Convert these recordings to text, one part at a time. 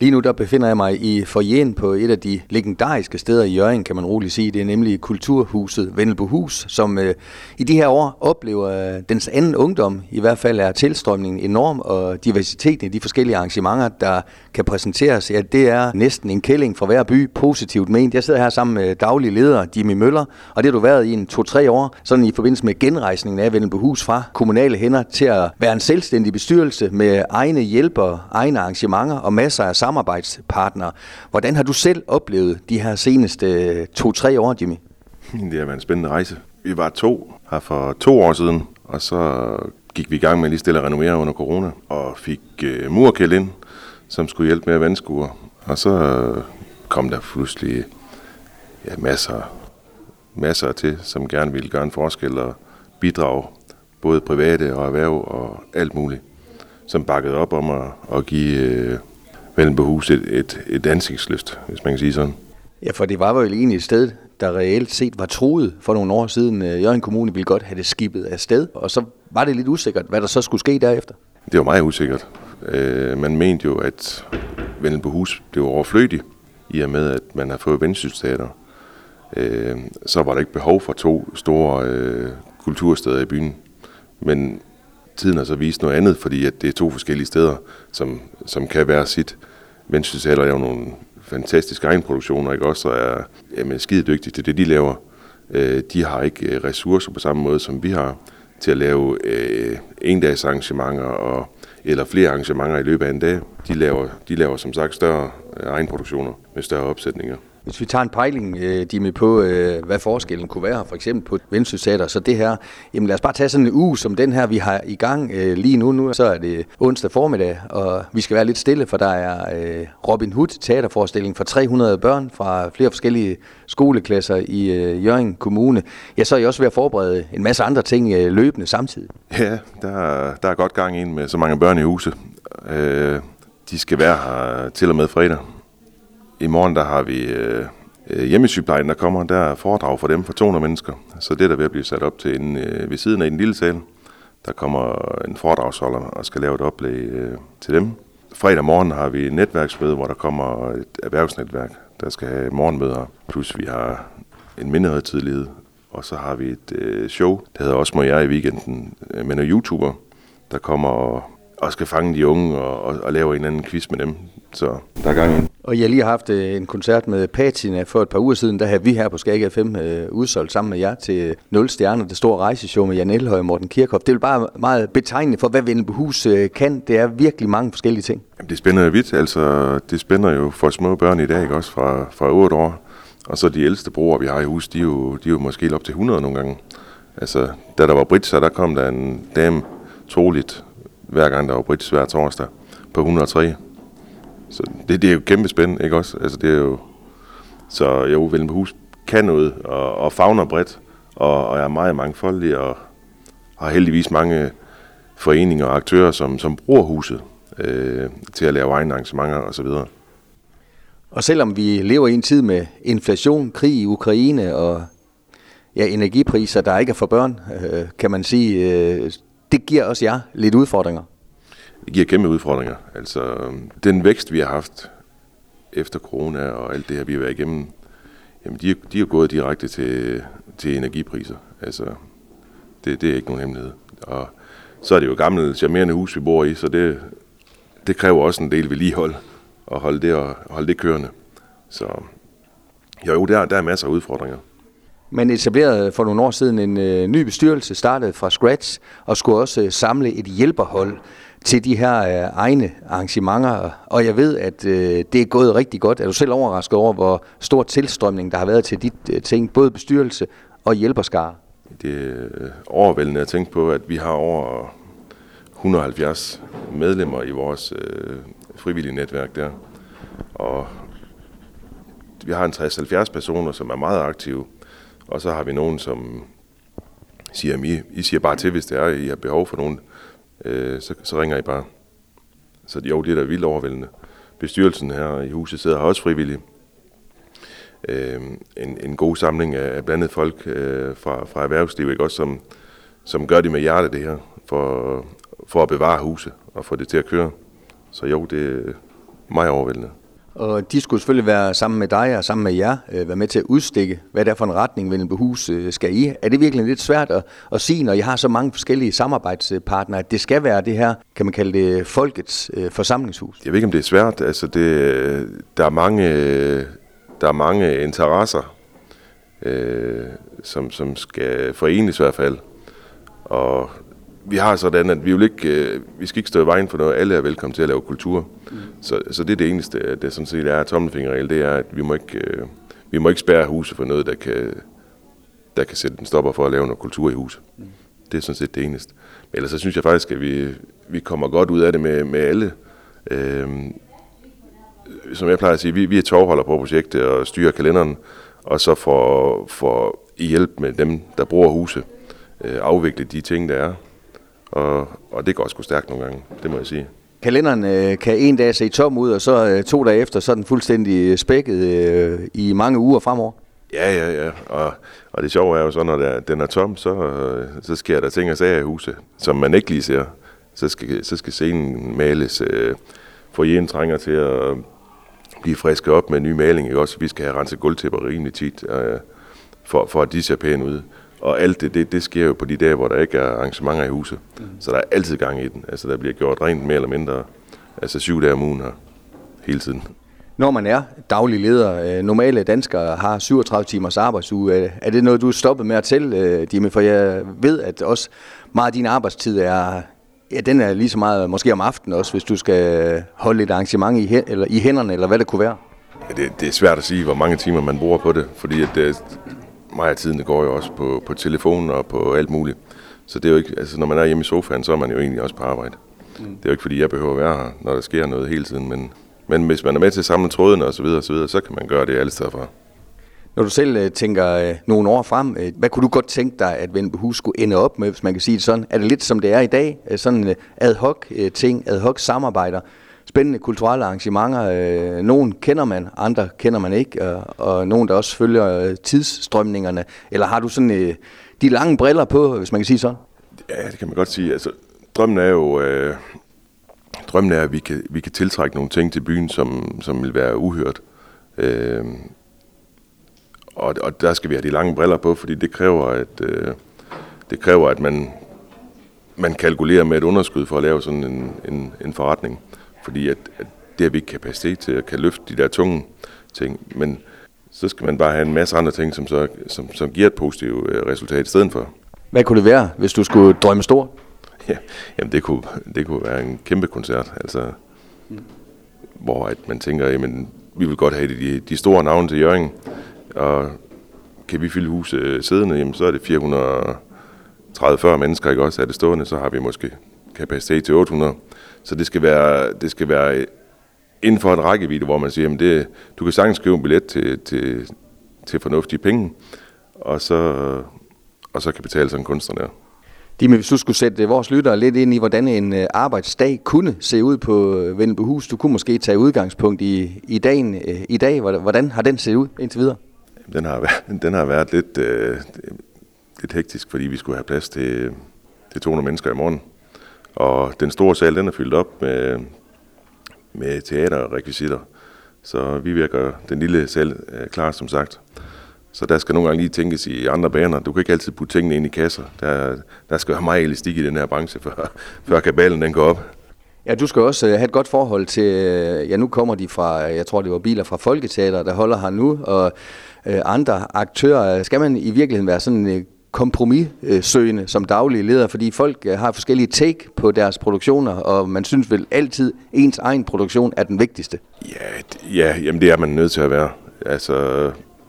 Lige nu der befinder jeg mig i foyeren på et af de legendariske steder i Hjørring, kan man roligt sige. Det er nemlig Kulturhuset Vendelbohus, som i de her år oplever dens anden ungdom. I hvert fald er tilstrømningen enorm, og diversiteten i de forskellige arrangementer, der kan præsenteres, ja, det er næsten en kælling fra hver by, positivt ment. Jeg sidder her sammen med daglig leder Jimmy Møller, og det har du været i 2-3 år, sådan i forbindelse med genrejsningen af Vendelbohus fra kommunale hænder til at være en selvstændig bestyrelse med egne hjælpere, egne arrangementer og masser af samarbejdspartnere. Hvordan har du selv oplevet de her seneste 2-3 år, Jimmy? Det har været en spændende rejse. Vi var 2 her for 2 år siden, og så gik vi i gang med lige stille at renovere under corona, og fik murkæld ind, som skulle hjælpe med at vandskure. Og så kom der pludselig masser til, som gerne ville gøre en forskel og bidrage, både private og erhverv og alt muligt, som bakkede op om at give Vendelbohus et ansigtsløft, hvis man kan sige sådan. Ja, for det var jo egentlig et sted, der reelt set var truet for nogle år siden. Hjørring Kommune ville godt have det skibet af sted, og så var det lidt usikkert, hvad der så skulle ske derefter. Det var meget usikkert. Man mente jo, at Vendelbohus blev overflødig, i og med, at man har fået Vendsyssel. Så var der ikke behov for 2 store kultursteder i byen. Men tiden har så vist noget andet, fordi at det er 2 forskellige steder, som kan være sit. Vendsyssel er jo nogle fantastiske egenproduktioner, ikke også, og er skide dygtige til det, de laver. De har ikke ressourcer på samme måde, som vi har, til at lave endags arrangementer eller flere arrangementer i løbet af en dag. De laver som sagt større egenproduktioner med større opsætninger. Hvis vi tager en pejling, Jimmy, på, hvad forskellen kunne være, for eksempel på Vendsyssel, så det her, jamen lad os bare tage sådan en uge som den her, vi har i gang lige nu. Nu så er det onsdag formiddag, og vi skal være lidt stille, for der er Robin Hood teaterforestilling for 300 børn fra flere forskellige skoleklasser i Hjørring Kommune. Ja, så er I også ved at forberede en masse andre ting løbende samtidig. Ja, der er godt gang ind med så mange børn i huset. De skal være her til og med fredag. I morgen der har vi hjemmesygeplejen, der kommer. Der er foredrag for dem for 200 mennesker. Så det er der ved at blive sat op til ved siden af den lille sal. Der kommer en foredragsholder og skal lave et oplæg til dem. Fredag morgen har vi netværksmøde, hvor der kommer et erhvervsnetværk, der skal have morgenmøder. Plus vi har en mindehøjtidelighed. Og så har vi et show, der hedder Også må jeg i weekenden, med nogle YouTuber, der kommer og skal fange de unge og lave en anden quiz med dem. Så der er gang i. Og jeg lige har haft en koncert med Patina for et par uger siden. Der havde vi her på Skag FM udsolgt sammen med jer til 0 stjerner, det store rejseshow med Jan Elhøj og Morten Kirchhoff. Det er bare meget betegnende for, hvad Vendelbohus kan. Det er virkelig mange forskellige ting. Jamen, det spænder jo vidt. Altså, det spænder jo for små børn i dag, ikke? Også fra 8 år. Og så de ældste brugere, vi har i hus, de er jo måske op til 100 nogle gange. Altså, da der var bridge, der kom der en dame troligt, hver gang der var bridge hver torsdag, på 103. Så det er jo kæmpe spændende, ikke også? Altså, det er jo... Så jo, Vendelbohus kan noget, og favner bredt, og er meget mangfoldig, og har heldigvis mange foreninger og aktører, som bruger huset til at lave egne arrangementer osv. Og selvom vi lever i en tid med inflation, krig i Ukraine og energipriser, der ikke er for børn, kan man sige, det giver også jer lidt udfordringer. Det giver kæmpe udfordringer. Altså, den vækst, vi har haft efter corona og alt det her, vi har været igennem, jamen, de er jo gået direkte til energipriser. Altså, det er ikke nogen hemmelighed. Og så er det jo gammelt, charmerende hus, vi bor i, så det kræver også en del vedligehold at holde det kørende. Så jo, der er masser af udfordringer. Man etablerede for nogle år siden en ny bestyrelse, startede fra scratch, og skulle også samle et hjælperhold til de her egne arrangementer. Og jeg ved, at det er gået rigtig godt. Er du selv overrasket over, hvor stor tilstrømning der har været til dit ting, både bestyrelse og hjælperskare? Det er overvældende at tænke på, at vi har over 170 medlemmer i vores frivillige netværk der. Og vi har en 60-70 personer, som er meget aktive. Og så har vi nogen, som siger, I siger bare til, hvis det er, I har behov for nogen, så ringer I bare. Så jo, det er da vildt overvældende. Bestyrelsen her i huset sidder også frivillige. En god samling af blandet folk fra erhvervslivet, ikke? Også som gør det med hjertet det her, for at bevare huset og få det til at køre. Så jo, det meget overvældende. Og de skulle selvfølgelig være sammen med dig og sammen med jer, være med til at udstikke, hvad det er for en retning Vendelbohus skal i. Er det virkelig lidt svært at sige, når I har så mange forskellige samarbejdspartnere, at det skal være det her, kan man kalde det, folkets forsamlingshus? Jeg ved ikke, om det er svært. Altså, der er mange interesser, som skal forenes i hvert fald. Og vi har sådan, at vi skal ikke stå i vejen for noget. Alle er velkommen til at lave kultur. Så det er det eneste, der sådan set er tommelfingerregel, det er, at vi må ikke spærre huset for noget, der kan sætte en stopper for at lave noget kultur i huset. Det er sådan set det eneste. Men ellers så synes jeg faktisk, at vi kommer godt ud af det med alle. Som jeg plejer at sige, vi er tovholder på projektet og styrer kalenderen, og så får i hjælp med dem, der bruger huset, afvikle de ting, der er. Og det går sgu stærkt nogle gange, det må jeg sige. Kalenderen kan en dag se tom ud, og så 2 dage efter, så er den fuldstændig spækket i mange uger fremover. Ja. Og det sjove er jo så, når den er tom, så sker der ting og sager i huset, som man ikke lige ser. Så skal scenen males. Foyeren trænger til at blive frisket op med en ny maling. Ikke? Også vi skal have renset gulvtæpper rimelig tit, for at de ser pæne ud. Og alt det sker jo på de dage, hvor der ikke er arrangementer i huset. Så der er altid gang i den. Altså der bliver gjort rent mere eller mindre. Altså 7 dage om ugen her. Hele tiden. Når man er daglig leder, normale danskere har 37 timers arbejdsuge. Er det noget, du er stoppet med at tælle, Jimmy? For jeg ved, at også meget af din arbejdstid den er lige så meget måske om aftenen også, hvis du skal holde et arrangement i hænderne, eller hvad det kunne være. Ja, det er svært at sige, hvor mange timer man bruger på det, fordi at meget af tiden går jo også på telefonen og på alt muligt. Så det er jo ikke, altså når man er hjemme i sofaen, så er man jo egentlig også på arbejde. Det er jo ikke fordi, jeg behøver at være her, når der sker noget hele tiden, men hvis man er med til at samle trådene og så videre, så kan man gøre det alle steder fra. Når du selv tænker nogle år frem, hvad kunne du godt tænke dig, at Vendelbohus skulle ende op med, hvis man kan sige det sådan? Er det lidt som det er i dag? Sådan ad hoc ting, ad hoc samarbejder, spændende kulturelle arrangementer. Nogle kender man, andre kender man ikke, og nogle der også følger tidsstrømningerne. Eller har du sådan de lange briller på, hvis man kan sige sådan? Ja, det kan man godt sige. Altså, drømmen er, at vi kan tiltrække nogle ting til byen, som vil være uhørt. Og der skal vi have de lange briller på, fordi det kræver, at man kalkulerer med et underskud for at lave sådan en forretning. Fordi at det har vi ikke kapacitet til at kan løfte de der tunge ting. Men så skal man bare have en masse andre ting, som giver et positivt resultat i stedet for. Hvad kunne det være, hvis du skulle drømme stort? Ja, jamen det kunne være en kæmpe koncert, altså, hvor at man tænker, jamen, vi vil godt have de store navne til Hjørring, og kan vi fylde huset siddende, jamen, så er det 430-40 mennesker, ikke også? Er det stående, så har vi måske kapacitet til 800. Så det skal være inden for en rækkevidde, hvor man siger, jamen du kan sagtens skrive en billet til fornuftige penge, og så kan betale sådan en kunstner der. Dime, hvis du skulle sætte vores lyttere lidt ind i, hvordan en arbejdsdag kunne se ud på Vendelbohus, du kunne måske tage udgangspunkt i dagen i dag. Hvordan har den set ud indtil videre? Den har været lidt hektisk, fordi vi skulle have plads til 200 mennesker i morgen. Og den store sal, den er fyldt op med teater og rekvisitter. Så vi virker den lille sal klar, som sagt. Så der skal nogle gange lige tænkes i andre baner. Du kan ikke altid putte tingene ind i kasser. Der skal være meget elastik i den her branche, før kabalen den går op. Ja, du skal også have et godt forhold til, nu kommer de fra, jeg tror det var biler fra Folketeater, der holder her nu, og andre aktører. Skal man i virkeligheden være sådan kompromissøgende som daglige leder, fordi folk har forskellige take på deres produktioner, og man synes vel altid, ens egen produktion er den vigtigste? Ja, jamen det er man nødt til at være. Altså,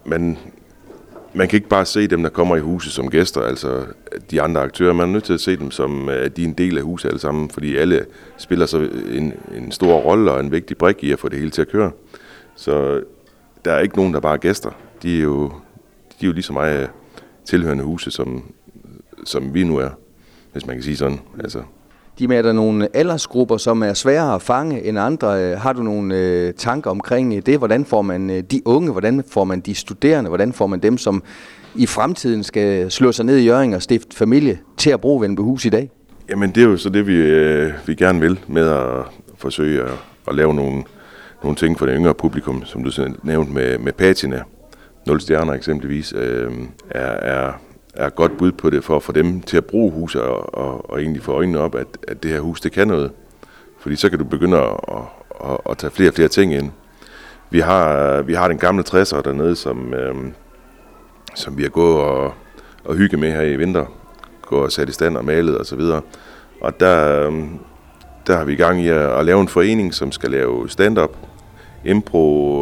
man kan ikke bare se dem, der kommer i huset som gæster, altså de andre aktører. Man er nødt til at se dem som, at de er en del af huset alle sammen, fordi alle spiller så en stor rolle og en vigtig brik i at få det hele til at køre. Så der er ikke nogen, der bare er gæster. De er jo lige så meget tilhørende huset, som vi nu er, hvis man kan sige sådan. Altså. Er der nogle aldersgrupper, som er sværere at fange end andre? Har du nogle tanker omkring det? Hvordan får man de unge? Hvordan får man de studerende? Hvordan får man dem, som i fremtiden skal slå sig ned i Hjørring og stifte familie, til at bruge Vendelbohus i dag? Jamen det er jo så det, vi gerne vil med at forsøge at lave nogle ting for det yngre publikum, som du nævnte med patina, 0 stjerner eksempelvis, er godt bud på det for at få dem til at bruge huset og egentlig få øjnene op, at det her hus, det kan noget. Fordi så kan du begynde at tage flere og flere ting ind. Vi har den gamle 60'er dernede, som vi har gået og hygge med her i vinter. Gå og sat i stand og malet og så videre. Og der har vi i gang i at lave en forening, som skal lave stand-up, impro,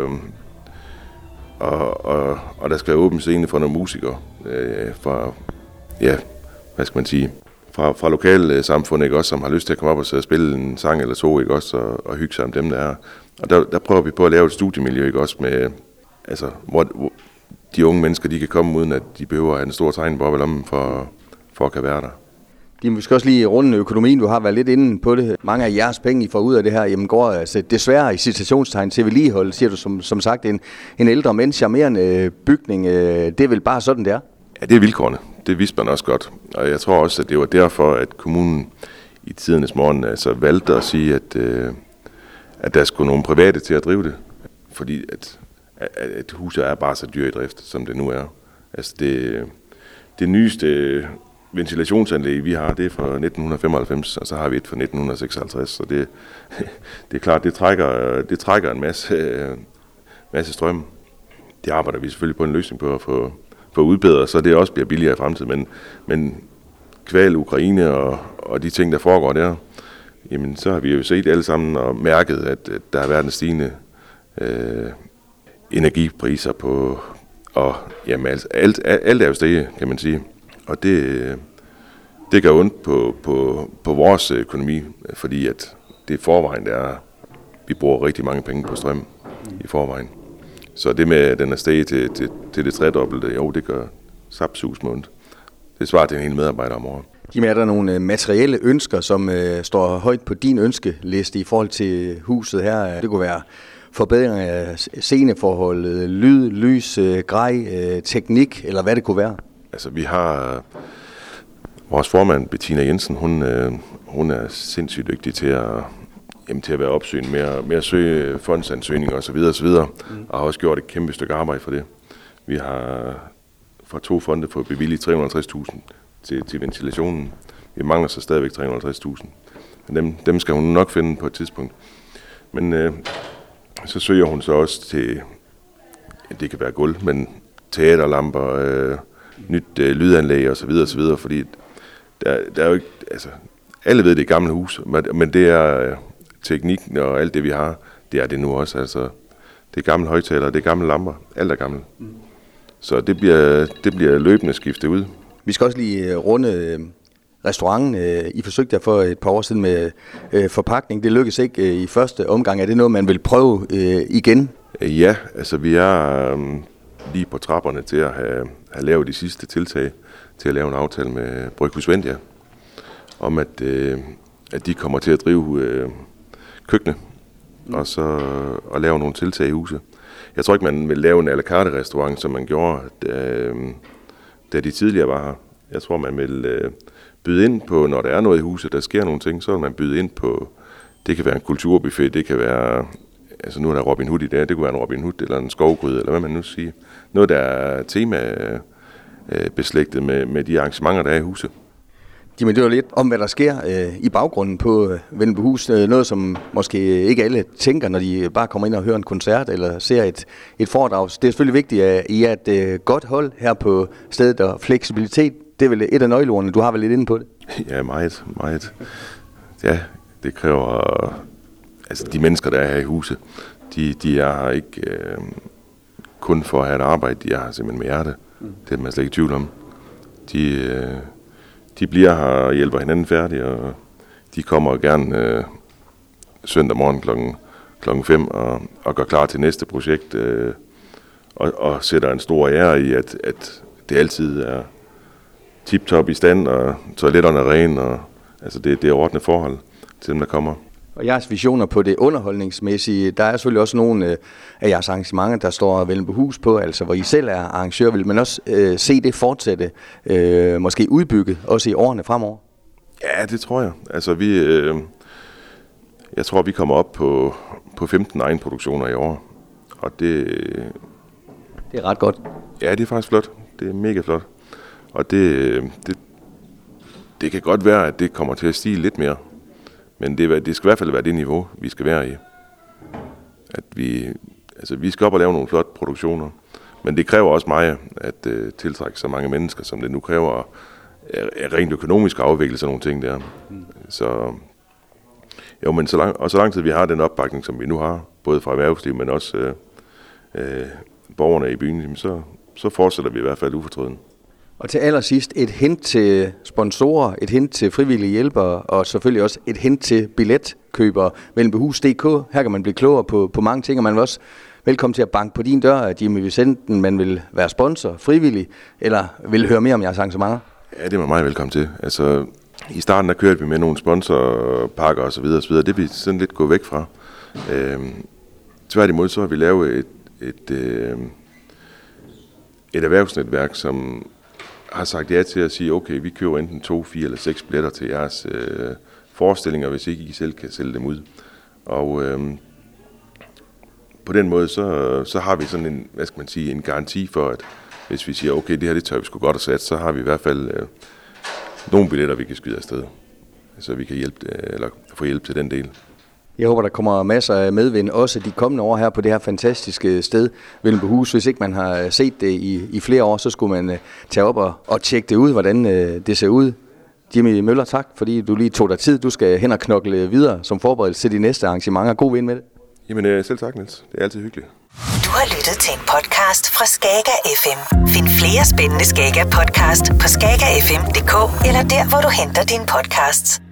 og der skal være åben scene for nogle musikere fra, ja, hvad skal man sige, fra lokale samfund, ikke også, som har lyst til at komme op og spille en sang eller to, ikke også, og hygge sig om dem, der er. Og der prøver vi på at lave et studiemiljø, ikke også, med, altså, hvor de unge mennesker, de kan komme uden, at de behøver at have en stor tegn på lommen for at kan være der. Vi skal også lige runde økonomien. Du har været lidt inde på det. Mange af jeres penge, I får ud af det her, jamen går altså desværre i citationstegn til vedligehold, siger du som sagt, en ældre, men charmerende bygning. Det er vel bare sådan, det er? Ja, det er vilkårene. Det vidste man også godt. Og jeg tror også, at det var derfor, at kommunen i tidernes morgen altså valgte at sige, at der skulle nogle private til at drive det. Fordi at huset er bare så dyr i drift, som det nu er. Altså det nyeste ventilationsanlæg, vi har, det er fra 1995, og så har vi et fra 1956. Så det er klart, det trækker en masse strøm. Det arbejder vi selvfølgelig på en løsning på at få udbedret, så det også bliver billigere i fremtiden. Men kval Ukraine og de ting, der foregår der, jamen så har vi jo set alle sammen og mærket, at der har været en stigende energipriser på, og jamen alt er jo steget, kan man sige. Og det gør ondt på vores økonomi, fordi at det forvejen vi bruger rigtig mange penge på strøm i forvejen. Så det med, at den er steget til det tredobbelte, jo, det gør sapsus med ondt. Det svarer til en hel medarbejder om året. Jimmy, er der nogle materielle ønsker, som står højt på din ønskeliste i forhold til huset her? Det kunne være forbedring af sceneforholdet, lyd, lys, grej, teknik, eller hvad det kunne være? Altså, vi har vores formand, Bettina Jensen, hun er sindssygt dygtig til at være opsyn med at søge fondsansøgninger osv. Og har også gjort et kæmpe stykke arbejde for det. Vi har fra 2 fonde fået bevilget 350.000 til ventilationen. Vi mangler så stadigvæk 350.000. Men dem skal hun nok finde på et tidspunkt. Men så søger hun så også til, det kan være gulv, men teaterlamper, nyt lydanlæg osv., fordi der er jo ikke, altså alle ved, det er gamle hus, men det er teknikken og alt det, vi har, det er det nu også, altså det er gamle højtalere, det er gamle lamper, alt er gammelt. Så det bliver løbende skiftet ud. Vi skal også lige runde restauranten. I forsøgte jer for et par år siden med forpakning. Det lykkedes ikke i første omgang. Er det noget, man vil prøve igen? Ja, altså vi er lige på trapperne til at have lavet de sidste tiltag til at lave en aftale med Bryghus Vendia om, at de kommer til at drive køkkenet og så at lave nogle tiltag i huset. Jeg tror ikke, man vil lave en à la carte restaurant, som man gjorde, da de tidligere var her. Jeg tror, man vil byde ind på, når der er noget i huset, der sker nogle ting, så vil man byde ind på, det kan være en kulturbuffet, det kan være, altså nu er der Robin Hood i dag, det kunne være en Robin Hood eller en skovgryde, eller hvad man nu siger. Noget, der er tema beslægtet med de arrangementer, der er i huset. Jamen, det var lidt om, hvad der sker i baggrunden på Vendelbohus. Noget, som måske ikke alle tænker, når de bare kommer ind og hører en koncert eller ser et foredrag. Det er selvfølgelig vigtigt, at I er et godt hold her på stedet, og fleksibilitet, det er vel et af nøgleordene. Du har vel lidt inde på det? Ja, meget. Ja, det kræver, altså de mennesker, der er her i huset, de er her ikke kun for at have et arbejde, de er her simpelthen med hjerte. Det er man slet ikke i tvivl om. De bliver her og hjælper hinanden færdig, og de kommer gerne søndag morgen klokken 5 og går klar til næste projekt, og sætter en stor ære i, at det altid er tip-top i stand, og toiletterne er rene, og altså det er ordentlige forhold til dem, der kommer. Og jeres visioner på det underholdningsmæssige, der er selvfølgelig også nogle af jeres arrangementer, der står Vendelbohus på, altså hvor I selv er arrangør. Vil man også se det fortsætte, måske udbygget, også i årene fremover? Ja, det tror jeg. Altså jeg tror, vi kommer op på på 15 egenproduktioner i år. Og det er ret godt. Ja, det er faktisk flot. Det er mega flot. Og det kan godt være, at det kommer til at stige lidt mere. Men det skal i hvert fald være det niveau, vi skal være i. At vi skal op og lave nogle flotte produktioner. Men det kræver også mig at tiltrække så mange mennesker, som det nu kræver rent økonomisk at afvikle sådan nogle ting der. Så jo, men så lang tid vi har den opbakning, som vi nu har, både fra erhvervslivet, men også borgerne i byen, så fortsætter vi i hvert fald ufortrødent. Og til allersidst et hint til sponsorer, et hint til frivillige hjælpere, og selvfølgelig også et hint til billetkøbere. Vellenbehus.dk, her kan man blive klogere på mange ting, og man vil også velkommen til at banke på din dør, at Jimmy vil sende den, man vil være sponsor, frivillig, eller vil høre mere om jeres arrangementer. Ja, det er meget velkommen til. Altså, i starten der kørte vi med nogle sponsorpakker og så videre, det er vi sådan lidt gået væk fra. Tværtimod så har vi lavet et erhvervsnetværk, som har sagt ja til at sige, okay, vi køber enten 2, 4 eller 6 billetter til jeres forestillinger, hvis ikke I selv kan sælge dem ud. Og på den måde, så har vi sådan en, en garanti for, at hvis vi siger, okay, det her det tør vi sgu godt at sætte, så har vi i hvert fald nogle billetter, vi kan skyde afsted. Så vi kan få hjælp til den del. Jeg håber, der kommer masser af medvind, også de kommende år her på det her fantastiske sted, Vellenbehus. Hvis ikke man har set det i flere år, så skulle man tage op og tjekke det ud, hvordan det ser ud. Jimmy Møller, tak, fordi du lige tog dig tid. Du skal hen og knokle videre som forberedelse til de næste arrangementer. God vind med det. Jamen selv tak, Niels. Det er altid hyggeligt. Du har lyttet til en podcast fra Skager FM. Find flere spændende Skager podcast på skagerfm.dk eller der, hvor du henter dine podcasts.